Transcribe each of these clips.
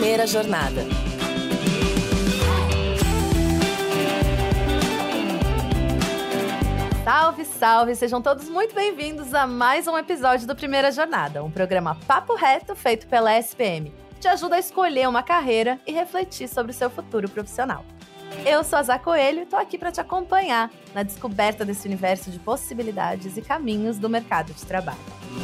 Primeira Jornada. Salve, salve! Sejam todos muito bem-vindos a mais um episódio do Primeira Jornada, um programa papo reto feito pela SPM. Te ajuda a escolher uma carreira e refletir sobre o seu futuro profissional. Eu sou a Zá Coelho e tô aqui para te acompanhar na descoberta desse universo de possibilidades e caminhos do mercado de trabalho.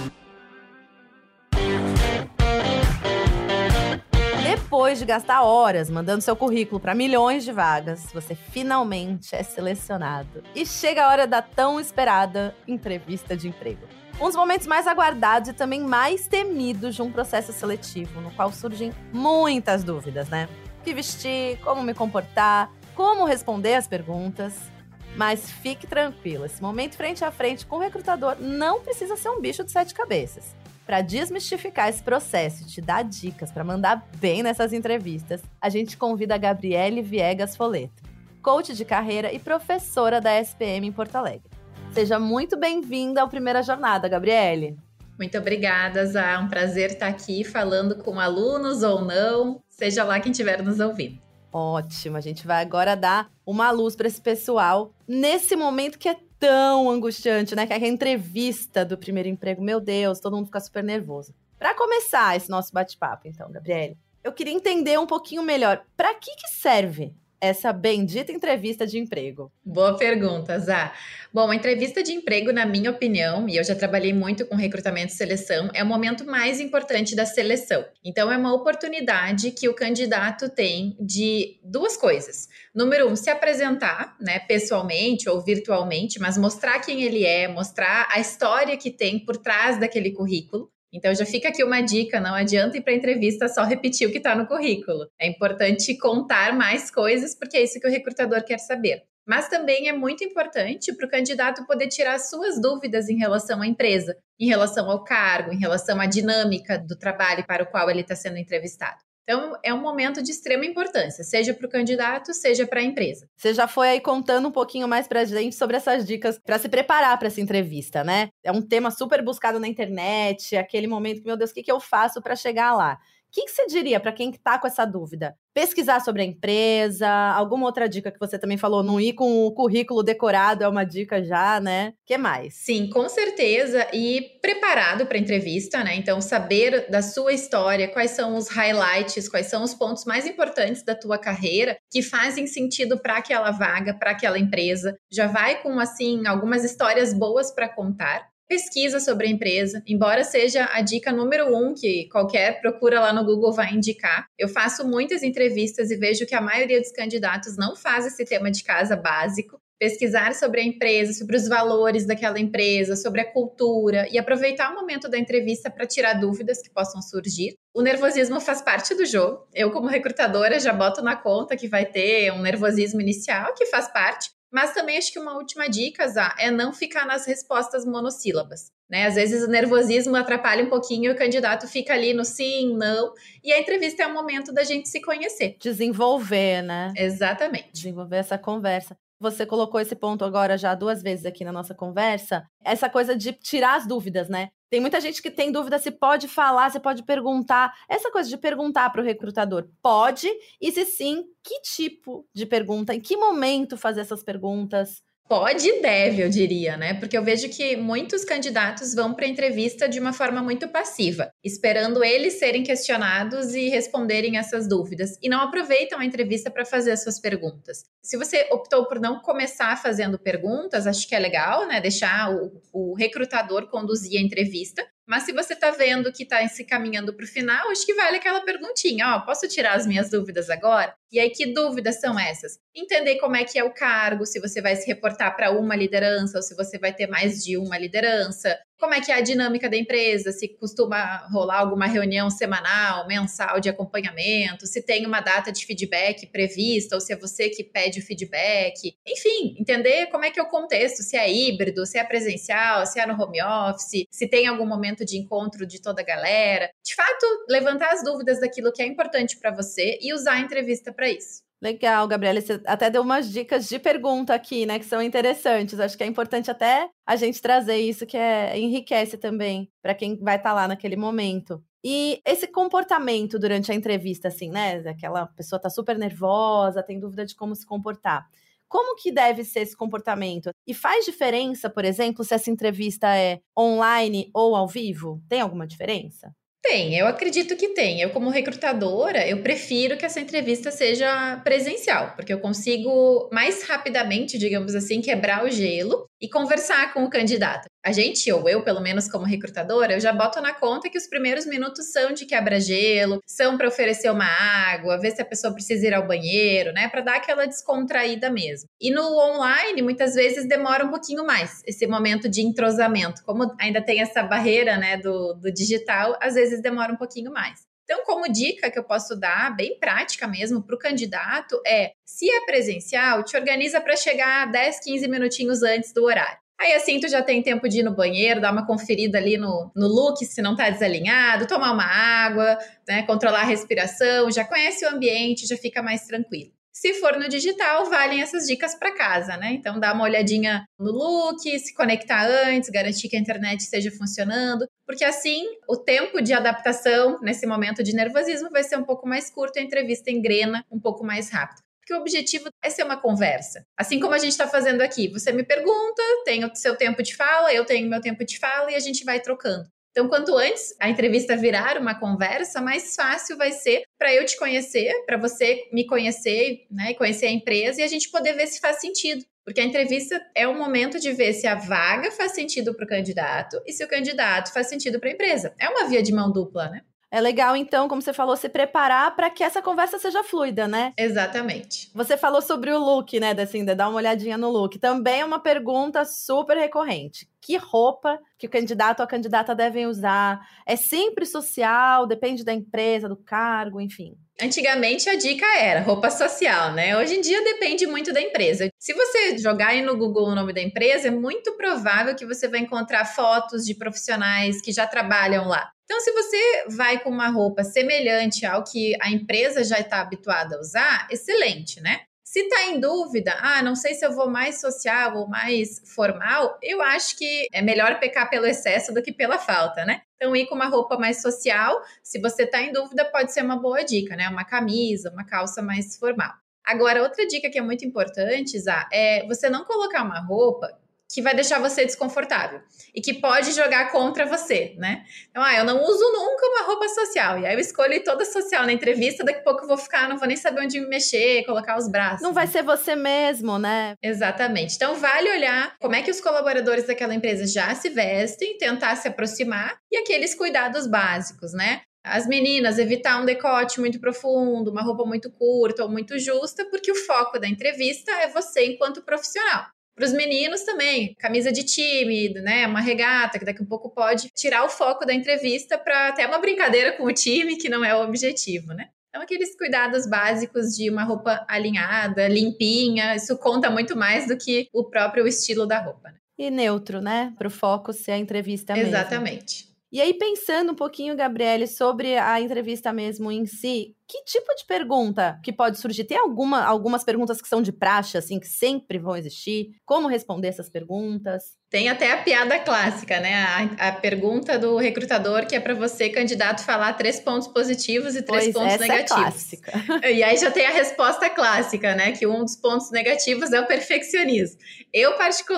Depois de gastar horas mandando seu currículo para milhões de vagas, você finalmente é selecionado. E chega a hora da tão esperada entrevista de emprego. Um dos momentos mais aguardados e também mais temidos de um processo seletivo, no qual surgem muitas dúvidas, né? O que vestir, como me comportar, como responder as perguntas. Mas fique tranquilo, esse momento frente a frente com o recrutador não precisa ser um bicho de 7 cabeças. Para desmistificar esse processo e te dar dicas para mandar bem nessas entrevistas, a gente convida a Gabriele Viegas Foleto, coach de carreira e professora da SPM em Porto Alegre. Seja muito bem-vinda ao Primeira Jornada, Gabriele. Muito obrigada, Zá. É um prazer estar aqui falando com alunos ou não, seja lá quem estiver nos ouvindo. Ótimo, a gente vai agora dar uma luz para esse pessoal nesse momento que é tão angustiante, né? Que é a entrevista do primeiro emprego. Meu Deus, todo mundo fica super nervoso. Para começar esse nosso bate-papo, então, Gabriele, eu queria entender um pouquinho melhor. Para que serve essa bendita entrevista de emprego? Boa pergunta, Zá. Bom, a entrevista de emprego, na minha opinião, e eu já trabalhei muito com recrutamento e seleção, é o momento mais importante da seleção. Então, é uma oportunidade que o candidato tem de duas coisas. Número 1, se apresentar, né, pessoalmente ou virtualmente, mas mostrar quem ele é, mostrar a história que tem por trás daquele currículo. Então, já fica aqui uma dica, não adianta ir para a entrevista só repetir o que está no currículo. É importante contar mais coisas, porque é isso que o recrutador quer saber. Mas também é muito importante para o candidato poder tirar suas dúvidas em relação à empresa, em relação ao cargo, em relação à dinâmica do trabalho para o qual ele está sendo entrevistado. Então, é um momento de extrema importância, seja para o candidato, seja para a empresa. Você já foi aí contando um pouquinho mais pra gente sobre essas dicas para se preparar para essa entrevista, né? É um tema super buscado na internet, aquele momento que, meu Deus, o que eu faço para chegar lá? O que você diria para quem está com essa dúvida? Pesquisar sobre a empresa, alguma outra dica que você também falou, não ir com o currículo decorado é uma dica já, né? O que mais? Sim, com certeza, e preparado para a entrevista, né? Então, saber da sua história, quais são os highlights, quais são os pontos mais importantes da tua carreira que fazem sentido para aquela vaga, para aquela empresa. Já vai com, assim, algumas histórias boas para contar. Pesquisa sobre a empresa, embora seja a dica número 1 que qualquer procura lá no Google vai indicar. Eu faço muitas entrevistas e vejo que a maioria dos candidatos não faz esse tema de casa básico. Pesquisar sobre a empresa, sobre os valores daquela empresa, sobre a cultura e aproveitar o momento da entrevista para tirar dúvidas que possam surgir. O nervosismo faz parte do jogo. Eu, como recrutadora, já boto na conta que vai ter um nervosismo inicial, que faz parte. Mas também acho que uma última dica, Zá, é não ficar nas respostas monossílabas, né? Às vezes o nervosismo atrapalha um pouquinho e o candidato fica ali no sim, não. E a entrevista é o momento da gente se conhecer. Desenvolver, né? Exatamente. Desenvolver essa conversa. Você colocou esse ponto agora já 2 vezes aqui na nossa conversa, essa coisa de tirar as dúvidas, né? Tem muita gente que tem dúvida se pode falar, se pode perguntar. Essa coisa de perguntar para o recrutador, pode? E se sim, que tipo de pergunta? Em que momento fazer essas perguntas? Pode e deve, eu diria, né? Porque eu vejo que muitos candidatos vão para a entrevista de uma forma muito passiva, esperando eles serem questionados e responderem essas dúvidas, e não aproveitam a entrevista para fazer as suas perguntas. Se você optou por não começar fazendo perguntas, acho que é legal, né? Deixar o recrutador conduzir a entrevista. Mas se você está vendo que está se caminhando para o final, acho que vale aquela perguntinha, posso tirar as minhas dúvidas agora? E aí, que dúvidas são essas? Entender como é que é o cargo, se você vai se reportar para uma liderança ou se você vai ter mais de uma liderança. Como é que é a dinâmica da empresa, se costuma rolar alguma reunião semanal, mensal de acompanhamento, se tem uma data de feedback prevista ou se é você que pede o feedback. Enfim, entender como é que é o contexto, se é híbrido, se é presencial, se é no home office, se tem algum momento de encontro de toda a galera. De fato, levantar as dúvidas daquilo que é importante para você e usar a entrevista para isso. Legal, Gabriela, você até deu umas dicas de pergunta aqui, né, que são interessantes. Acho que é importante até a gente trazer isso, que enriquece também para quem vai estar lá naquele momento. E esse comportamento durante a entrevista, assim, né, aquela pessoa tá super nervosa, tem dúvida de como se comportar. Como que deve ser esse comportamento? E faz diferença, por exemplo, se essa entrevista é online ou ao vivo? Tem alguma diferença? Tem, eu acredito que tem. Eu, como recrutadora, eu prefiro que essa entrevista seja presencial, porque eu consigo mais rapidamente, digamos assim, quebrar o gelo e conversar com o candidato. A gente, ou eu, pelo menos como recrutadora, eu já boto na conta que os primeiros minutos são de quebra-gelo, são para oferecer uma água, ver se a pessoa precisa ir ao banheiro, né, para dar aquela descontraída mesmo. E no online, muitas vezes demora um pouquinho mais esse momento de entrosamento. Como ainda tem essa barreira, né, do digital, às vezes demora um pouquinho mais. Então, como dica que eu posso dar, bem prática mesmo, para o candidato se é presencial, te organiza para chegar 10, 15 minutinhos antes do horário. Aí assim tu já tem tempo de ir no banheiro, dar uma conferida ali no look, se não tá desalinhado, tomar uma água, né, controlar a respiração, já conhece o ambiente, já fica mais tranquilo. Se for no digital, valem essas dicas para casa, né? Então dá uma olhadinha no look, se conectar antes, garantir que a internet esteja funcionando, porque assim o tempo de adaptação nesse momento de nervosismo vai ser um pouco mais curto, a entrevista engrena um pouco mais rápido. Porque o objetivo é ser uma conversa. Assim como a gente está fazendo aqui. Você me pergunta, tem o seu tempo de fala, eu tenho meu tempo de fala e a gente vai trocando. Então, quanto antes a entrevista virar uma conversa, mais fácil vai ser para eu te conhecer, para você me conhecer, né, e conhecer a empresa e a gente poder ver se faz sentido. Porque a entrevista é um momento de ver se a vaga faz sentido para o candidato e se o candidato faz sentido para a empresa. É uma via de mão dupla, né? É legal, então, como você falou, se preparar para que essa conversa seja fluida, né? Exatamente. Você falou sobre o look, né? Assim, de dar uma olhadinha no look. Também é uma pergunta super recorrente. Que roupa que o candidato ou a candidata devem usar? É sempre social? Depende da empresa, do cargo, enfim. Antigamente a dica era roupa social, né? Hoje em dia depende muito da empresa. Se você jogar aí no Google o nome da empresa, é muito provável que você vai encontrar fotos de profissionais que já trabalham lá. Então, se você vai com uma roupa semelhante ao que a empresa já está habituada a usar, excelente, né? Se está em dúvida, não sei se eu vou mais social ou mais formal, eu acho que é melhor pecar pelo excesso do que pela falta, né? Então, ir com uma roupa mais social, se você está em dúvida, pode ser uma boa dica, né? Uma camisa, uma calça mais formal. Agora, outra dica que é muito importante, Zá, é você não colocar uma roupa que vai deixar você desconfortável e que pode jogar contra você, né? Então, eu não uso nunca uma roupa social. E aí eu escolho ir toda social na entrevista, daqui a pouco eu vou ficar, não vou nem saber onde me mexer, colocar os braços. Não vai ser você mesmo, né? Exatamente. Então, vale olhar como é que os colaboradores daquela empresa já se vestem, tentar se aproximar e aqueles cuidados básicos, né? As meninas, evitar um decote muito profundo, uma roupa muito curta ou muito justa, porque o foco da entrevista é você enquanto profissional. Para os meninos também, camisa de time, né? Uma regata, que daqui a pouco pode tirar o foco da entrevista para até uma brincadeira com o time, que não é o objetivo, né? Então, aqueles cuidados básicos de uma roupa alinhada, limpinha, isso conta muito mais do que o próprio estilo da roupa, né? E neutro, né? Para o foco ser a entrevista mesmo. Exatamente. E aí, pensando um pouquinho, Gabriele, sobre a entrevista mesmo em si, que tipo de pergunta que pode surgir? Tem algumas perguntas que são de praxe, assim, que sempre vão existir? Como responder essas perguntas? Tem até a piada clássica, né? A pergunta do recrutador, que é para você, candidato, falar 3 pontos positivos e 3 pontos negativos. É clássica. E aí já tem a resposta clássica, né? Que um dos pontos negativos é o perfeccionismo. Eu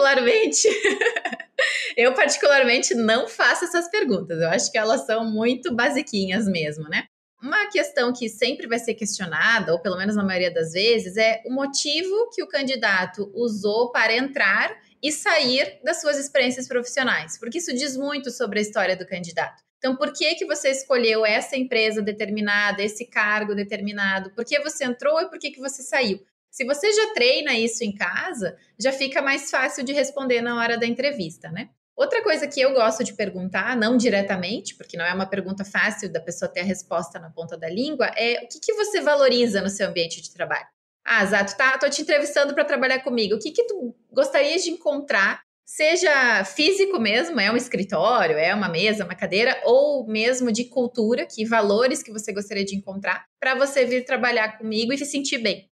particularmente não faço essas perguntas. Eu acho que elas são muito basiquinhas mesmo, né? Uma questão que sempre vai ser questionada, ou pelo menos na maioria das vezes, é o motivo que o candidato usou para entrar e sair das suas experiências profissionais, porque isso diz muito sobre a história do candidato. Então, por que você escolheu essa empresa determinada, esse cargo determinado? Por que você entrou e por que você saiu? Se você já treina isso em casa, já fica mais fácil de responder na hora da entrevista, né? Outra coisa que eu gosto de perguntar, não diretamente, porque não é uma pergunta fácil da pessoa ter a resposta na ponta da língua, é o que você valoriza no seu ambiente de trabalho? Zá, tô te entrevistando para trabalhar comigo. O que tu gostaria de encontrar, seja físico mesmo, é um escritório, é uma mesa, uma cadeira, ou mesmo de cultura, que valores que você gostaria de encontrar para você vir trabalhar comigo e se sentir bem?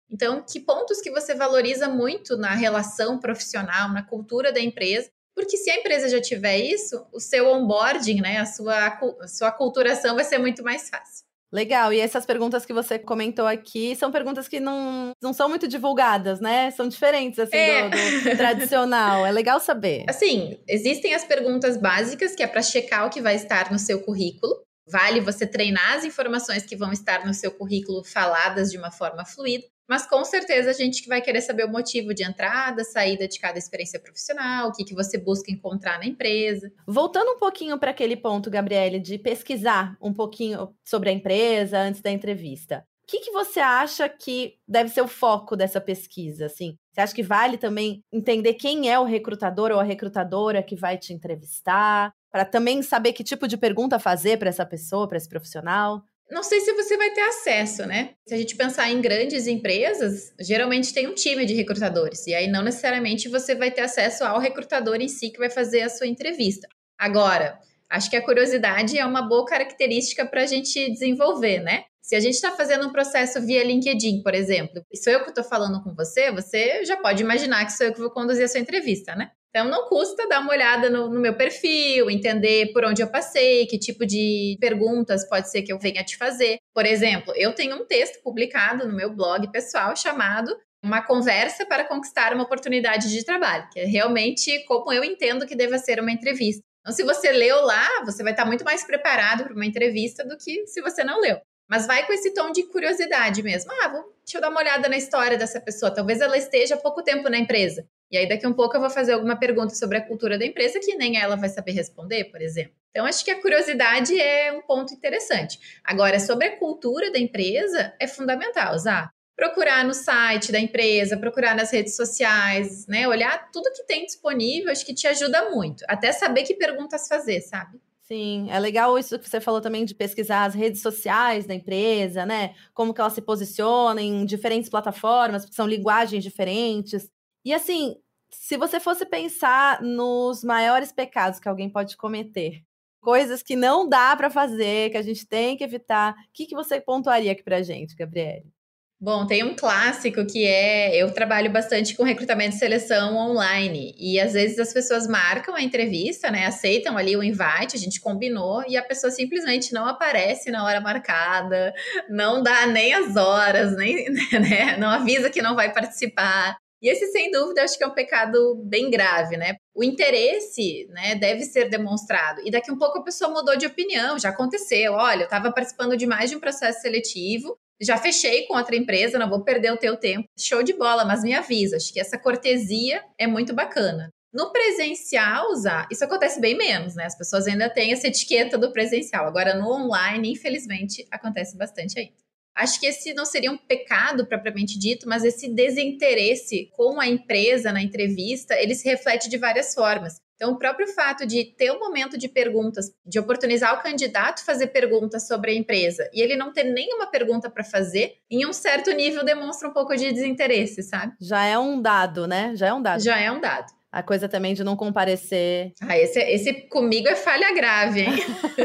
Então, que pontos que você valoriza muito na relação profissional, na cultura da empresa? Porque se a empresa já tiver isso, o seu onboarding, né, a sua aculturação vai ser muito mais fácil. Legal, e essas perguntas que você comentou aqui são perguntas que não são muito divulgadas, né? São diferentes, assim, do tradicional. É legal saber. Assim, existem as perguntas básicas, que é para checar o que vai estar no seu currículo. Vale você treinar as informações que vão estar no seu currículo faladas de uma forma fluida. Mas com certeza a gente vai querer saber o motivo de entrada, saída de cada experiência profissional, o que você busca encontrar na empresa. Voltando um pouquinho para aquele ponto, Gabriele, de pesquisar um pouquinho sobre a empresa antes da entrevista. O que você acha que deve ser o foco dessa pesquisa? Assim? Você acha que vale também entender quem é o recrutador ou a recrutadora que vai te entrevistar? Para também saber que tipo de pergunta fazer para essa pessoa, para esse profissional? Não sei se você vai ter acesso, né? Se a gente pensar em grandes empresas, geralmente tem um time de recrutadores. E aí não necessariamente você vai ter acesso ao recrutador em si que vai fazer a sua entrevista. Agora, acho que a curiosidade é uma boa característica para a gente desenvolver, né? Se a gente está fazendo um processo via LinkedIn, por exemplo, e sou eu que estou falando com você, você já pode imaginar que sou eu que vou conduzir a sua entrevista, né? Então, não custa dar uma olhada no meu perfil, entender por onde eu passei, que tipo de perguntas pode ser que eu venha te fazer. Por exemplo, eu tenho um texto publicado no meu blog pessoal chamado Uma Conversa para Conquistar uma Oportunidade de Trabalho, que é realmente como eu entendo que deva ser uma entrevista. Então, se você leu lá, você vai estar muito mais preparado para uma entrevista do que se você não leu. Mas vai com esse tom de curiosidade mesmo. Deixa eu dar uma olhada na história dessa pessoa. Talvez ela esteja há pouco tempo na empresa. E aí, daqui a um pouco, eu vou fazer alguma pergunta sobre a cultura da empresa que nem ela vai saber responder, por exemplo. Então, acho que a curiosidade é um ponto interessante. Agora, sobre a cultura da empresa, é fundamental, Zá. Procurar no site da empresa, procurar nas redes sociais, né? Olhar tudo que tem disponível, acho que te ajuda muito. Até saber que perguntas fazer, sabe? Sim, é legal isso que você falou também de pesquisar as redes sociais da empresa, né? Como que ela se posiciona em diferentes plataformas, porque são linguagens diferentes. E assim, se você fosse pensar nos maiores pecados que alguém pode cometer, coisas que não dá para fazer, que a gente tem que evitar, o que você pontuaria aqui pra gente, Gabriele? Bom, tem um clássico que eu trabalho bastante com recrutamento e seleção online e às vezes as pessoas marcam a entrevista, né, aceitam ali o invite, a gente combinou e a pessoa simplesmente não aparece na hora marcada, não dá nem as horas, nem, né, não avisa que não vai participar. E esse, sem dúvida, acho que é um pecado bem grave, né? O interesse, né, deve ser demonstrado. E daqui a um pouco a pessoa mudou de opinião, já aconteceu. Olha, eu estava participando de mais de um processo seletivo, já fechei com outra empresa, não vou perder o teu tempo. Show de bola, mas me avisa. Acho que essa cortesia é muito bacana. No presencial, isso acontece bem menos, né? As pessoas ainda têm essa etiqueta do presencial. Agora, no online, infelizmente, acontece bastante ainda. Acho que esse não seria um pecado propriamente dito, mas esse desinteresse com a empresa na entrevista, ele se reflete de várias formas. Então, o próprio fato de ter um momento de perguntas, de oportunizar o candidato fazer perguntas sobre a empresa e ele não ter nenhuma pergunta para fazer, em um certo nível demonstra um pouco de desinteresse, sabe? Já é um dado, né? Já é um dado. Já é um dado. A coisa também de não comparecer. Esse comigo é falha grave, hein?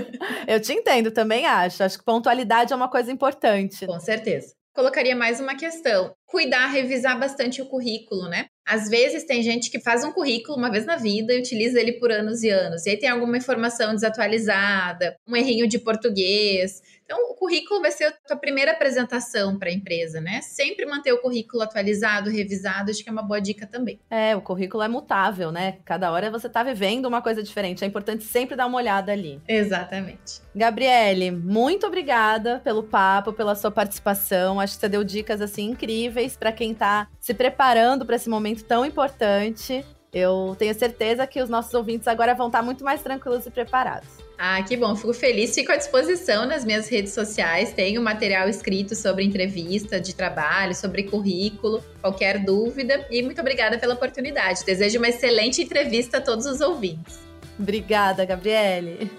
Eu te entendo, também acho. Acho que pontualidade é uma coisa importante. Com certeza. Colocaria mais uma questão. Cuidar, revisar bastante o currículo, né? Às vezes tem gente que faz um currículo uma vez na vida e utiliza ele por anos e anos. E aí tem alguma informação desatualizada, um errinho de português. Então, o currículo vai ser a tua primeira apresentação para a empresa, né? Sempre manter o currículo atualizado, revisado, acho que é uma boa dica também. O currículo é mutável, né? Cada hora você tá vivendo uma coisa diferente. É importante sempre dar uma olhada ali. Exatamente. Gabriele, muito obrigada pelo papo, pela sua participação. Acho que você deu dicas, assim, incríveis para quem tá se preparando para esse momento tão importante. Eu tenho certeza que os nossos ouvintes agora vão estar muito mais tranquilos e preparados. Que bom, fico feliz, fico à disposição nas minhas redes sociais, tenho material escrito sobre entrevista de trabalho, sobre currículo, qualquer dúvida, e muito obrigada pela oportunidade. Desejo uma excelente entrevista a todos os ouvintes. Obrigada, Gabriele.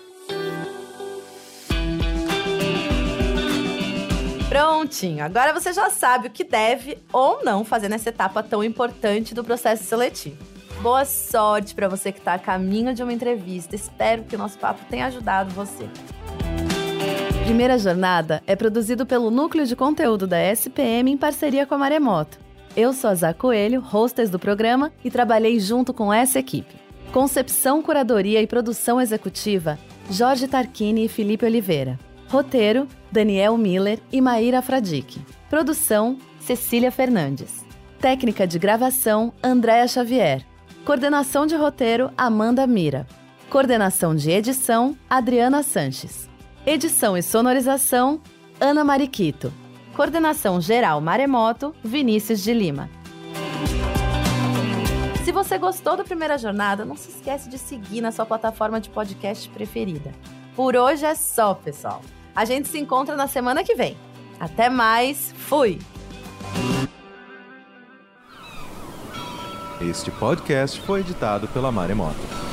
Prontinho, agora você já sabe o que deve ou não fazer nessa etapa tão importante do processo seletivo. Boa sorte para você que está a caminho de uma entrevista. Espero que o nosso papo tenha ajudado você. Primeira Jornada é produzido pelo Núcleo de Conteúdo da SPM em parceria com a Maremoto. Eu sou a Zá Coelho, hostess do programa, e trabalhei junto com essa equipe. Concepção, curadoria e produção executiva, Jorge Tarquini e Felipe Oliveira. Roteiro, Daniel Miller e Maíra Fradique. Produção, Cecília Fernandes. Técnica de gravação, Andréa Xavier. Coordenação de roteiro, Amanda Mira. Coordenação de edição, Adriana Sanches. Edição e sonorização, Ana Mariquito. Coordenação geral Maremoto, Vinícius de Lima. Se você gostou da Primeira Jornada, não se esquece de seguir na sua plataforma de podcast preferida. Por hoje é só, pessoal. A gente se encontra na semana que vem. Até mais, fui! Este podcast foi editado pela Maremoto.